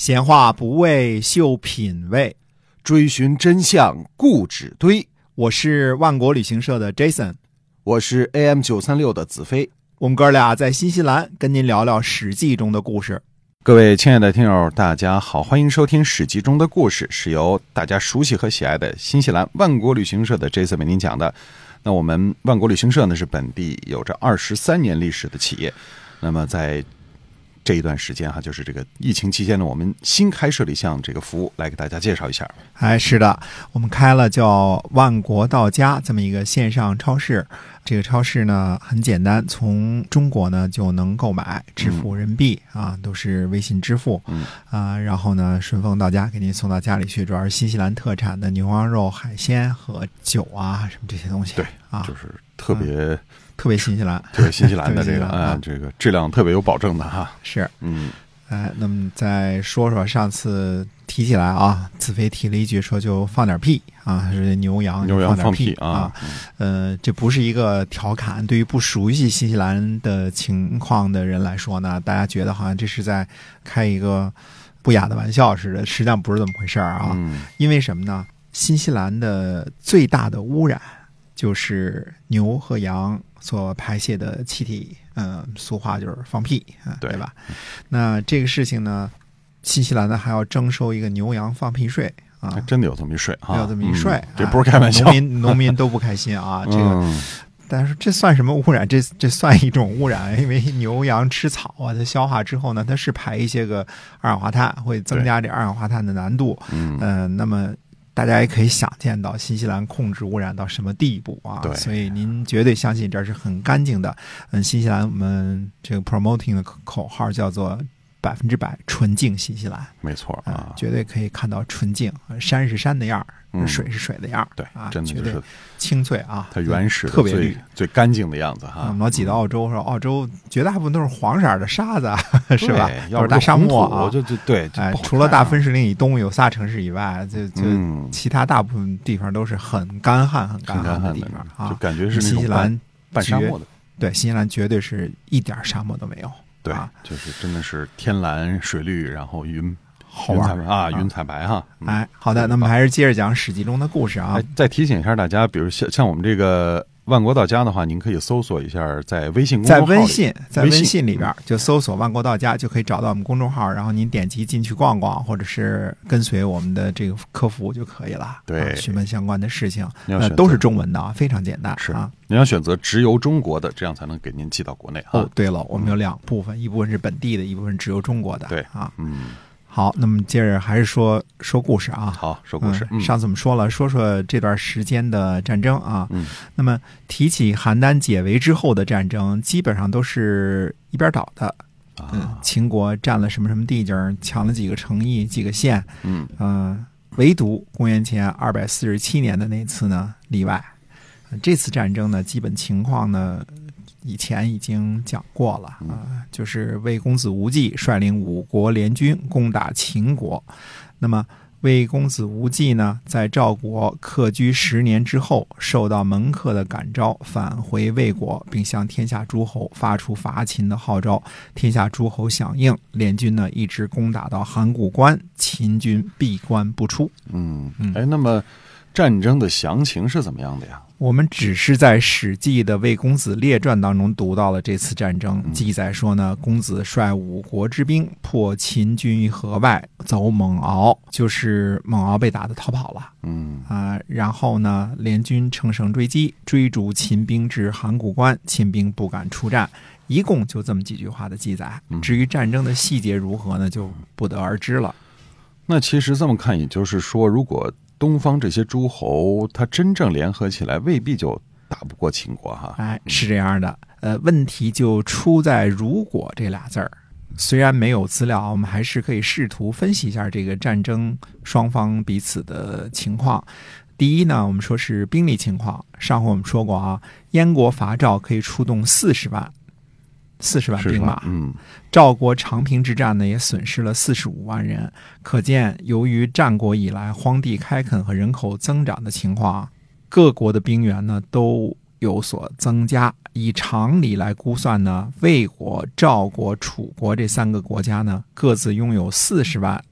闲话不为秀品味， 追寻真相固执堆。 我是万国旅行社的 Jason， 我是 AM936 的子飞。 我们哥俩在新西兰跟您聊聊史记中的故事。 各位亲爱的听友大家好，欢迎收听史记中的故事，是由大家熟悉和喜爱的新西兰万国旅行社的 Jason 为您讲的。那我们万国旅行社呢是本地有着23年历史的企业，那么在这一段时间就是这个疫情期间呢，我们新开设了一项这个服务，来给大家介绍一下。 是的，我们开了叫万国到家这么一个线上超市。这个超市呢很简单，从中国呢就能购买，支付人民币都是微信支付然后呢顺丰到家，给您送到家里去，主要是新西兰特产的牛羊肉、海鲜和酒什么这些东西。 对就是特别新西兰， 特别新西兰的这个这个质量特别有保证的哈。 是，那么再说说上次提起来子飞提了一句说就放点屁是牛羊放屁这不是一个调侃，对于不熟悉新西兰的情况的人来说呢，大家觉得好像这是在开一个不雅的玩笑似的，实际上不是这么回事因为什么呢？新西兰的最大的污染就是牛和羊所排泄的气体，俗话就是放屁对吧？那这个事情呢，新西兰呢还要征收一个牛羊放屁税还真的有这么一税有这么一税这不是开玩笑， 农民都不开心这个。但是这算什么污染？这算一种污染，因为牛羊吃草它消化之后呢，它是排一些个二氧化碳，会增加这二氧化碳的难度。那么大家也可以想见到新西兰控制污染到什么地步所以您绝对相信这是很干净的。新西兰我们这个 promoting 的口号叫做100%纯净新西兰， 没错绝对可以看到纯净，山是山的样水是水的样对真的就是清脆它原始的特别绿最干净的样子我们挤到澳洲说，澳洲绝大部分都是黄色的沙子是吧？都是大沙漠对除了大分水岭以东有仨城市以外，就其他大部分地方都是很干旱的地方就感觉是新西兰半沙漠的。 对，新西兰绝对是一点沙漠都没有。 对就是真的是天蓝水绿，然后云彩白好的，那么还是接着讲史记中的故事再提醒一下大家，比如像我们这个万国到家的话，您可以搜索一下在微信公众号里， 在微信里边就搜索万国到家，就可以找到我们公众号，然后您点击进去逛逛，或者是跟随我们的这个客服就可以了。 对， 询问相关的事情都是中文的非常简单。 是您要选择直邮中国的，这样才能给您寄到国内对了，我们有两部分，一部分是本地的，一部分直邮中国的。 对好，那么接着还是说故事好，说故事。 上次我们说这段时间的战争那么提起邯郸解围之后的战争，基本上都是一边倒的。秦国占了什么地界，抢了几个城邑、几个县。唯独公元前247年的那次呢例外。这次战争呢，基本情况呢，以前已经讲过了就是魏公子无忌率领5国联军攻打秦国。那么魏公子无忌呢，在赵国客居10年之后，受到门客的感召，返回魏国，并向天下诸侯发出伐秦的号召。天下诸侯响应，联军呢一直攻打到函谷关，秦军闭关不出。 那么战争的详情是怎么样的呀？ 我们只是在《史记》的《魏公子列传》当中读到了这次战争，记载说呢，公子率5国之兵破秦军于河外，走蒙敖，就是蒙敖被打得逃跑了。然后呢，联军乘胜追击，追逐秦兵至函谷关，秦兵不敢出战。一共就这么几句话的记载。至于战争的细节如何呢，就不得而知了。 那其实这么看，也就是说，如果东方这些诸侯他真正联合起来，未必就打不过秦国是这样的。问题就出在如果这俩字儿。虽然没有资料，我们还是可以试图分析一下这个战争双方彼此的情况。第一呢，我们说是兵力情况。上回我们说过燕国伐赵可以出动40万兵马。赵国长平之战呢，也损失了45万人。可见，由于战国以来荒地开垦和人口增长的情况，各国的兵源呢都有所增加。以常理来估算呢，魏国、赵国、楚国这3个国家呢，各自拥有40万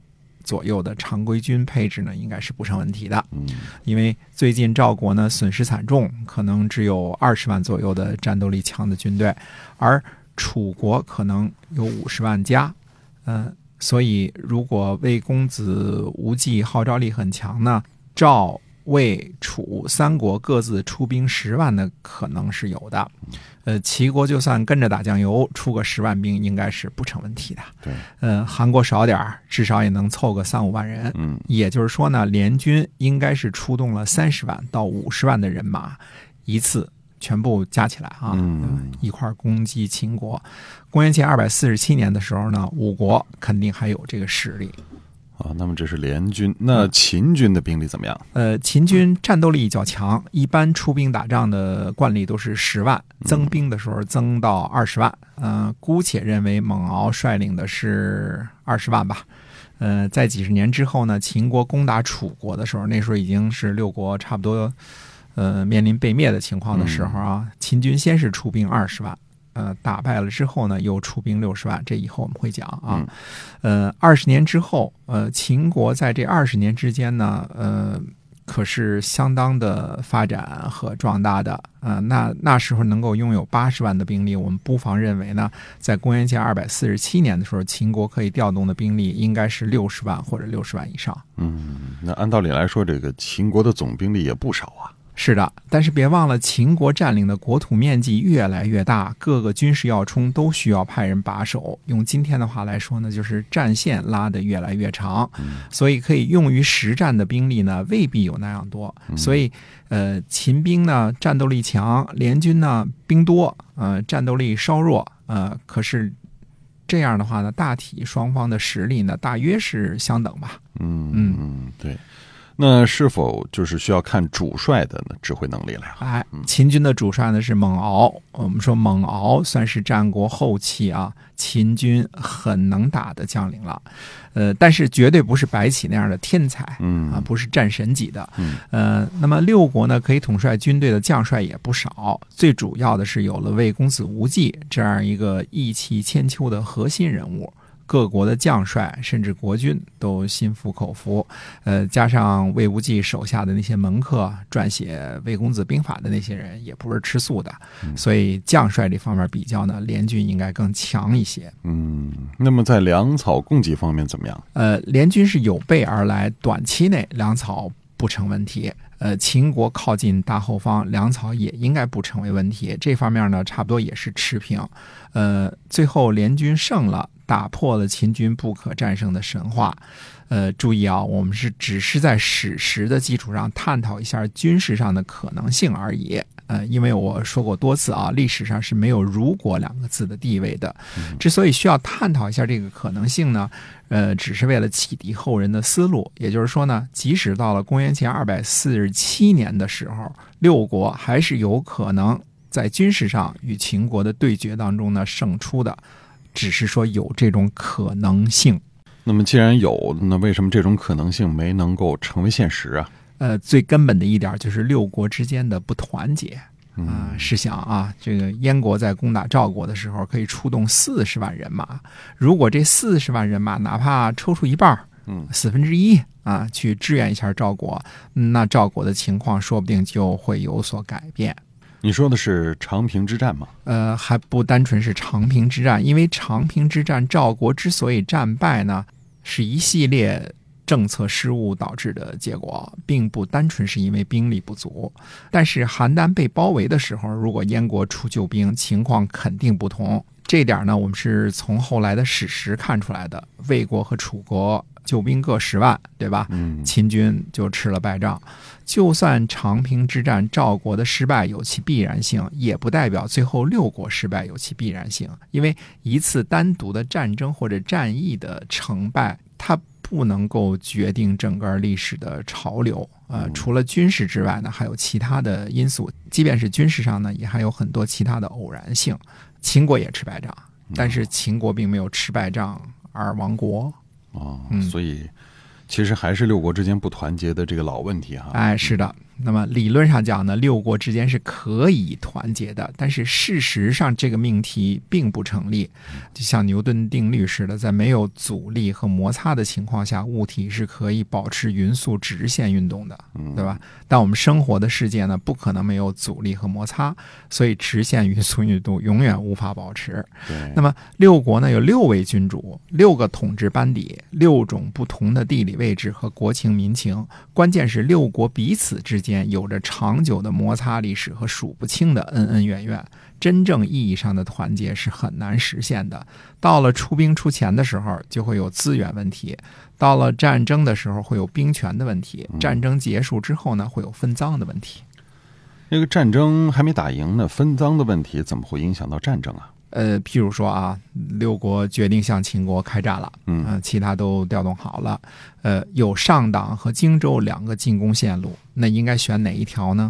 左右的常规军配置呢，应该是不成问题的。因为最近赵国呢损失惨重，可能只有20万左右的战斗力强的军队，而楚国可能有50万加。所以如果魏公子无忌号召力很强呢，赵、魏、楚3国各自出兵10万的可能是有的。齐国就算跟着打酱油，出个10万兵应该是不成问题的。 对， 韩国少点至少也能凑个3-5万人。也就是说呢，联军应该是出动了30万到50万的人马，一次全部加起来啊，一块攻击秦国。公元前247年的时候呢，吴国肯定还有这个实力。 那么这是联军，那秦军的兵力怎么样？ 秦军战斗力较强，一般出兵打仗的惯例都是10万，增兵的时候增到20万。姑且认为蒙敖率领的是20万吧。在几十年之后呢，秦国攻打楚国的时候，那时候已经是6国差不多面临被灭的情况的时候啊，秦军先是出兵20万。打败了之后呢，又出兵60万，这以后我们会讲啊。20年之后，秦国在这20年之间呢，可是相当的发展和壮大的。那时候能够拥有80万的兵力，我们不妨认为呢，在公元前247年的时候，秦国可以调动的兵力应该是60万或者60万以上。 那按道理来说，这个秦国的总兵力也不少啊。 是的，但是别忘了，秦国占领的国土面积越来越大，各个军事要冲都需要派人把守。用今天的话来说呢，就是战线拉得越来越长，所以可以用于实战的兵力呢，未必有那样多。所以，秦兵呢战斗力强，联军呢兵多，战斗力稍弱，可是这样的话呢，大体双方的实力呢大约是相等吧。 对。那是否就是需要看主帅的指挥能力了呀？ 秦军的主帅呢是蒙敖。我们说蒙敖算是战国后期啊，秦军很能打的将领了。但是绝对不是白起那样的天才，不是战神级的。那么6国呢，可以统帅军队的将帅也不少。最主要的是有了魏公子无忌这样一个义气千秋的核心人物。各国的将帅甚至国君都心服口服，加上魏无忌手下的那些门客撰写《魏公子兵法》的那些人也不是吃素的，所以将帅这方面比较呢，联军应该更强一些。 那么在粮草供给方面怎么样？ 联军是有备而来，短期内粮草不成问题。秦国靠近大后方，粮草也应该不成为问题。这方面呢，差不多也是持平。最后联军胜了，打破了秦军不可战胜的神话。注意啊，我们只是在史实的基础上探讨一下军事上的可能性而已。因为我说过多次啊，历史上是没有如果2个字的地位的。之所以需要探讨一下这个可能性呢，只是为了启迪后人的思路。也就是说呢，即使到了公元前247年的时候，6国还是有可能在军事上与秦国的对决当中呢胜出的，只是说有这种可能性。 那么既然有，那为什么这种可能性没能够成为现实啊？ 最根本的一点就是6国之间的不团结。试想啊，这个燕国在攻打赵国的时候可以出动40万人马，如果这40万人马哪怕抽出一半，1/4啊，去支援一下赵国，那赵国的情况说不定就会有所改变。 你说的是长平之战吗？ 还不单纯是长平之战，因为长平之战赵国之所以战败呢，是一系列政策失误导致的结果，并不单纯是因为兵力不足。但是邯郸被包围的时候，如果燕国出救兵，情况肯定不同。这点呢，我们是从后来的史实看出来的。魏国和楚国救兵各10万，对吧？秦军就吃了败仗。就算长平之战赵国的失败有其必然性，也不代表最后6国失败有其必然性。因为一次单独的战争或者战役的成败，它不能够决定整个历史的潮流。除了军事之外呢，还有其他的因素。即便是军事上呢，也还有很多其他的偶然性。秦国也吃败仗，但是秦国并没有吃败仗而亡国。 所以其实还是6国之间不团结的这个老问题哈。 是的。 那么理论上讲呢，六国之间是可以团结的，但是事实上这个命题并不成立。就像牛顿定律似的，在没有阻力和摩擦的情况下，物体是可以保持匀速直线运动的，对吧？但我们生活的世界呢，不可能没有阻力和摩擦，所以直线匀速运动永远无法保持。那么六国呢，有6位君主，6个统治班底，6种不同的地理位置和国情民情，关键是6国彼此之间有着长久的摩擦历史和数不清的恩恩怨怨，真正意义上的团结是很难实现的。到了出兵出钱的时候，就会有资源问题；到了战争的时候，会有兵权的问题；战争结束之后呢，会有分赃的问题。 这个战争还没打赢呢，分赃的问题怎么会影响到战争啊？ 譬如说啊，6国决定向秦国开战了，其他都调动好了，有上党和荆州2个进攻线路，那应该选哪一条呢？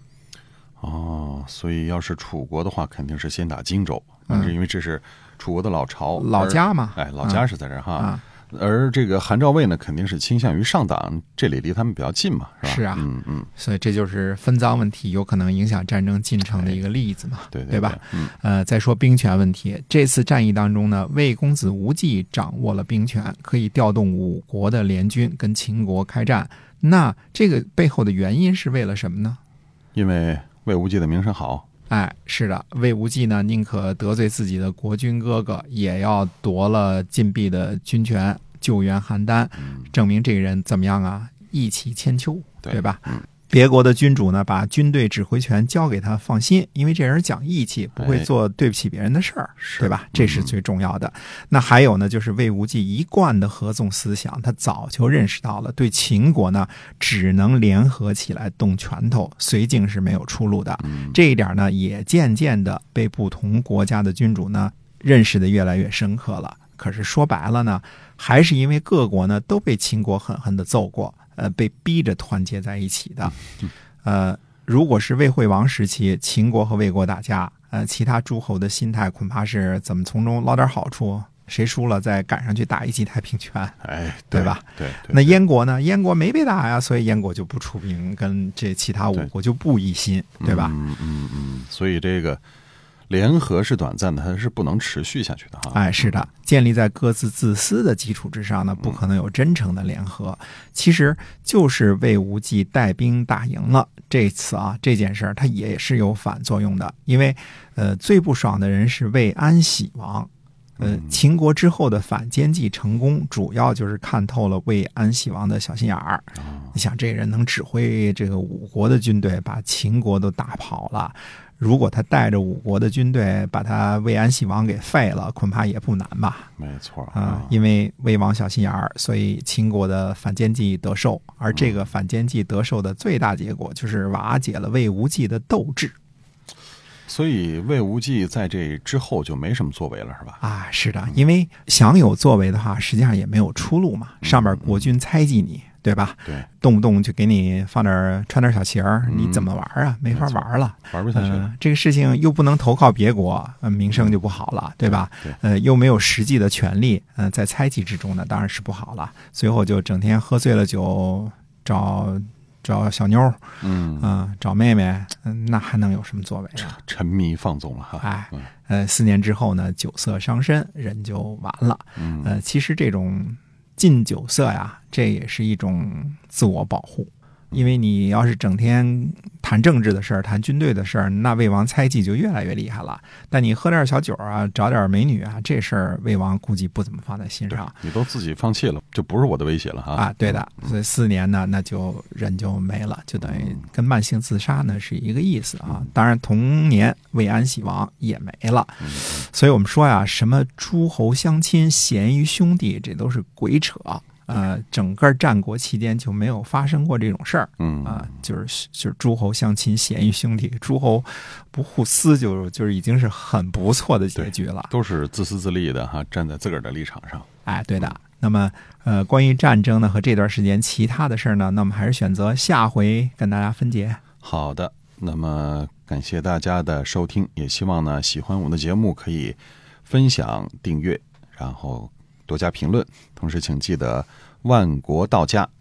所以要是楚国的话，肯定是先打荆州，因为这是楚国的老巢、 老家嘛， 老家是在这儿哈。而这个韩赵魏呢，肯定是倾向于上党，这里离他们比较近嘛，是吧？ 是啊，所以这就是分赃问题有可能影响战争进程的一个例子嘛，对吧？再说兵权问题，这次战役当中呢，魏公子无忌掌握了兵权，可以调动5国的联军跟秦国开战。那这个背后的原因是为了什么呢？ 因为魏无忌的名声好。 是的，魏无忌呢，宁可得罪自己的国君哥哥，也要夺了晋鄙的军权，救援邯郸，证明这个人怎么样啊？义气千秋，对吧？别国的君主呢，把军队指挥权交给他，放心，因为这人讲义气，不会做对不起别人的事儿，对吧？这是最重要的。那还有呢，就是魏无忌一贯的合纵思想，他早就认识到了，对秦国呢，只能联合起来动拳头，绥靖是没有出路的。这一点呢，也渐渐的被不同国家的君主呢，认识的越来越深刻了。可是说白了呢，还是因为各国呢都被秦国狠狠的揍过，被逼着团结在一起的。如果是魏惠王时期，秦国和魏国打架，其他诸侯的心态恐怕是怎么从中捞点好处，谁输了再赶上去打一记太平拳，对吧？对。那燕国呢？燕国没被打呀，所以燕国就不出兵，跟这其他5国就不一心，对吧？ 所以这个联合是短暂的，它是不能持续下去的哈。 是的，建立在各自自私的基础之上呢，不可能有真诚的联合。其实就是魏无忌带兵打赢了这次啊，这件事儿它也是有反作用的，因为最不爽的人是魏安喜王。秦国之后的反间计成功，主要就是看透了魏安喜王的小心眼儿。你想，这人能指挥这个5国的军队，把秦国都打跑了。如果他带着5国的军队把他魏安喜王给废了，恐怕也不难吧？ 没错因为魏王小心眼儿，所以秦国的反间计得手，而这个反间计得手的最大结果就是瓦解了魏无忌的斗志。 所以魏无忌在这之后就没什么作为了，是吧？ 是的，因为想有作为的话，实际上也没有出路嘛。上边国君猜忌你，对吧？ 对， 动不动就给你穿点小旗儿，你怎么玩啊？没法玩了， 玩不下去了。 这个事情又不能投靠别国，名声就不好了，对吧？又没有实际的权利，在猜忌之中呢，当然是不好了。最后就整天喝醉了酒，找小妞，找妹妹，那还能有什么作为啊？ 沉迷放纵了哈。 4年之后呢，酒色伤身，人就完了。其实这种禁酒色呀，这也是一种自我保护。因为你要是整天谈政治的事儿，谈军队的事儿，那魏王猜忌就越来越厉害了。但你喝点小酒啊，找点美女啊，这事儿魏王估计不怎么放在心上。 你都自己放弃了，就不是我的威胁了哈。 对的，所以4年呢，那就人就没了，就等于跟慢性自杀呢是一个意思啊。当然，同年魏安喜王也没了。所以我们说呀，什么诸侯相亲、贤于兄弟，这都是鬼扯。整个战国期间就没有发生过这种事儿。就是诸侯相亲，贤于兄弟，诸侯不互撕，就是已经是很不错的结局了。 都是自私自利的哈，站在自个儿的立场上。 对的。那么关于战争呢和这段时间其他的事儿呢，那么还是选择下回跟大家分解。 好的，那么感谢大家的收听，也希望呢喜欢我们的节目可以分享、订阅，然后多加评论，同时请记得万国到家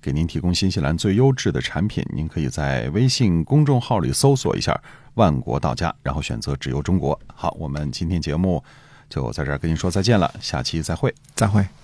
给您提供新西兰最优质的产品。您可以在微信公众号里搜索一下万国到家，然后选择只邮中国。好，我们今天节目就在这儿跟您说再见了，下期再会。 再会。